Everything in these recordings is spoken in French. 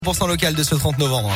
% local de ce 30 novembre.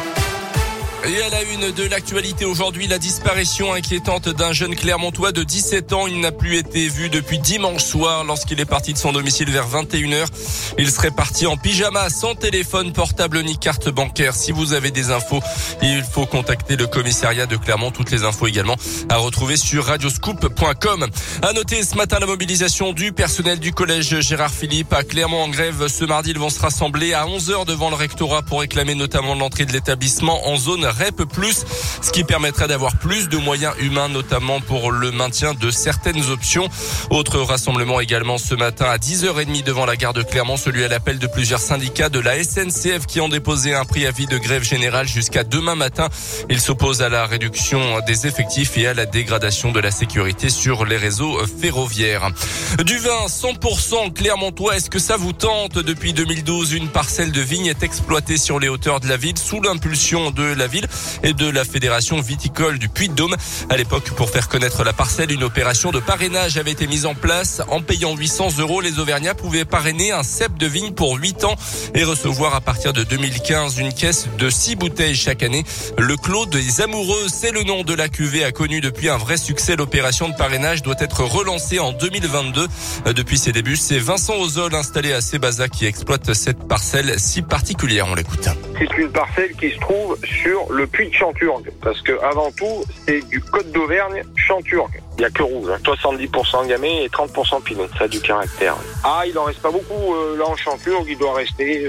Et à la une de l'actualité aujourd'hui, la disparition inquiétante d'un jeune Clermontois de 17 ans. Il n'a plus été vu depuis dimanche soir lorsqu'il est parti de son domicile vers 21h. Il serait parti en pyjama, sans téléphone portable ni carte bancaire. Si vous avez des infos, il faut contacter le commissariat de Clermont. Toutes les infos également à retrouver sur radioscoop.com. À noter ce matin la mobilisation du personnel du collège Gérard Philippe à Clermont en grève. Ce mardi, ils vont se rassembler à 11h devant le rectorat pour réclamer notamment l'entrée de l'établissement en zone REP+, ce qui permettrait d'avoir plus de moyens humains, notamment pour le maintien de certaines options. Autre rassemblement également ce matin à 10h30 devant la gare de Clermont, celui à l'appel de plusieurs syndicats de la SNCF qui ont déposé un préavis de grève générale jusqu'à demain matin. Ils s'opposent à la réduction des effectifs et à la dégradation de la sécurité sur les réseaux ferroviaires. Du vin 100% clermontois, est-ce que ça vous tente? Depuis 2012, une parcelle de vigne est exploitée sur les hauteurs de la ville sous l'impulsion de la ville et de la Fédération viticole du Puy-de-Dôme. À l'époque, pour faire connaître la parcelle, une opération de parrainage avait été mise en place. En payant 800 €, les Auvergnats pouvaient parrainer un cep de vigne pour 8 ans et recevoir à partir de 2015 une caisse de 6 bouteilles chaque année. Le Clos des Amoureux, c'est le nom de la cuvée, a connu depuis un vrai succès. L'opération de parrainage doit être relancée en 2022. Depuis ses débuts, c'est Vincent Ozol, installé à Sébazac, qui exploite cette parcelle si particulière. On l'écoute. C'est une parcelle qui se trouve sur le puits de Chanturgue, parce que avant tout, c'est du Côte d'Auvergne, Chanturgue. Il n'y a que rouge, 70% gamay et 30% pinot, ça a du caractère. Ah, il en reste pas beaucoup, là en Chanturgue, il doit rester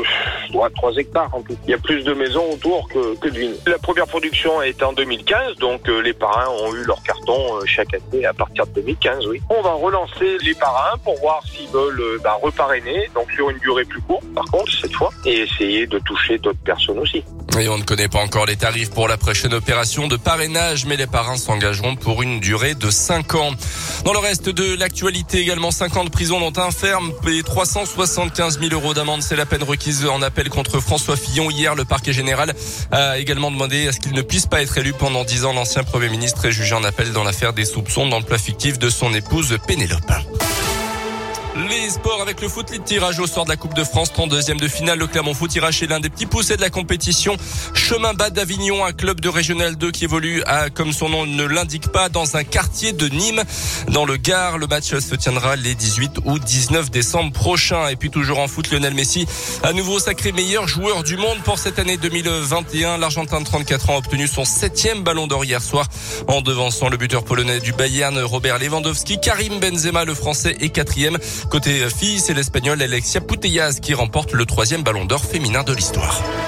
3 hectares en tout. Il y a plus de maisons autour que de vignes. La première production a été en 2015, donc les parrains ont eu leur carton chaque année à partir de 2015, oui. On va relancer les parrains pour voir s'ils veulent reparrainer, donc sur une durée plus courte, par contre, cette fois, et essayer de toucher d'autres personnes aussi. Et on ne connaît pas encore les tarifs pour la prochaine opération de parrainage, mais les parrains s'engageront pour une durée de 5 ans. Dans le reste de l'actualité également, 5 ans de prison dont un ferme et 375 000 € d'amende. C'est la peine requise en appel contre François Fillon. Hier, le parquet général a également demandé à ce qu'il ne puisse pas être élu pendant 10 ans. L'ancien Premier ministre est jugé en appel dans l'affaire des soupçons d'emploi fictif de son épouse Pénélope. Les sports avec le foot, les tirages au sort de la Coupe de France, 32e de finale. Le Clermont Foot ira chez l'un des petits poussés de la compétition. Chemin Bas d'Avignon, un club de Régional 2 qui évolue comme son nom ne l'indique pas, dans un quartier de Nîmes, dans le Gard. Le match se tiendra les 18 ou 19 décembre prochains. Et puis toujours en foot, Lionel Messi, à nouveau sacré meilleur joueur du monde pour cette année 2021. L'Argentin de 34 ans a obtenu son 7e ballon d'or hier soir en devançant le buteur polonais du Bayern, Robert Lewandowski. Karim Benzema, le français, est 4e. Côté filles, c'est l'Espagnol Alexia Putellas qui remporte le 3e ballon d'or féminin de l'histoire.